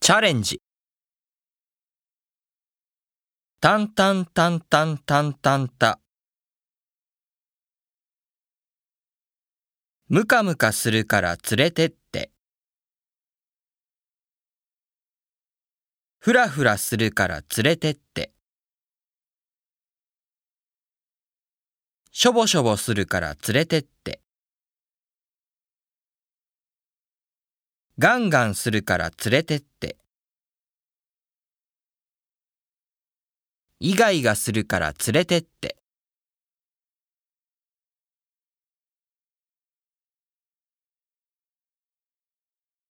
チャレンジ。タンタンタンタンタンタンタ。ムカムカするから連れてって。フラフラするから連れてって。しょぼしょぼするから連れてって。ガンガンするから連れてって。イガイガするから連れてって。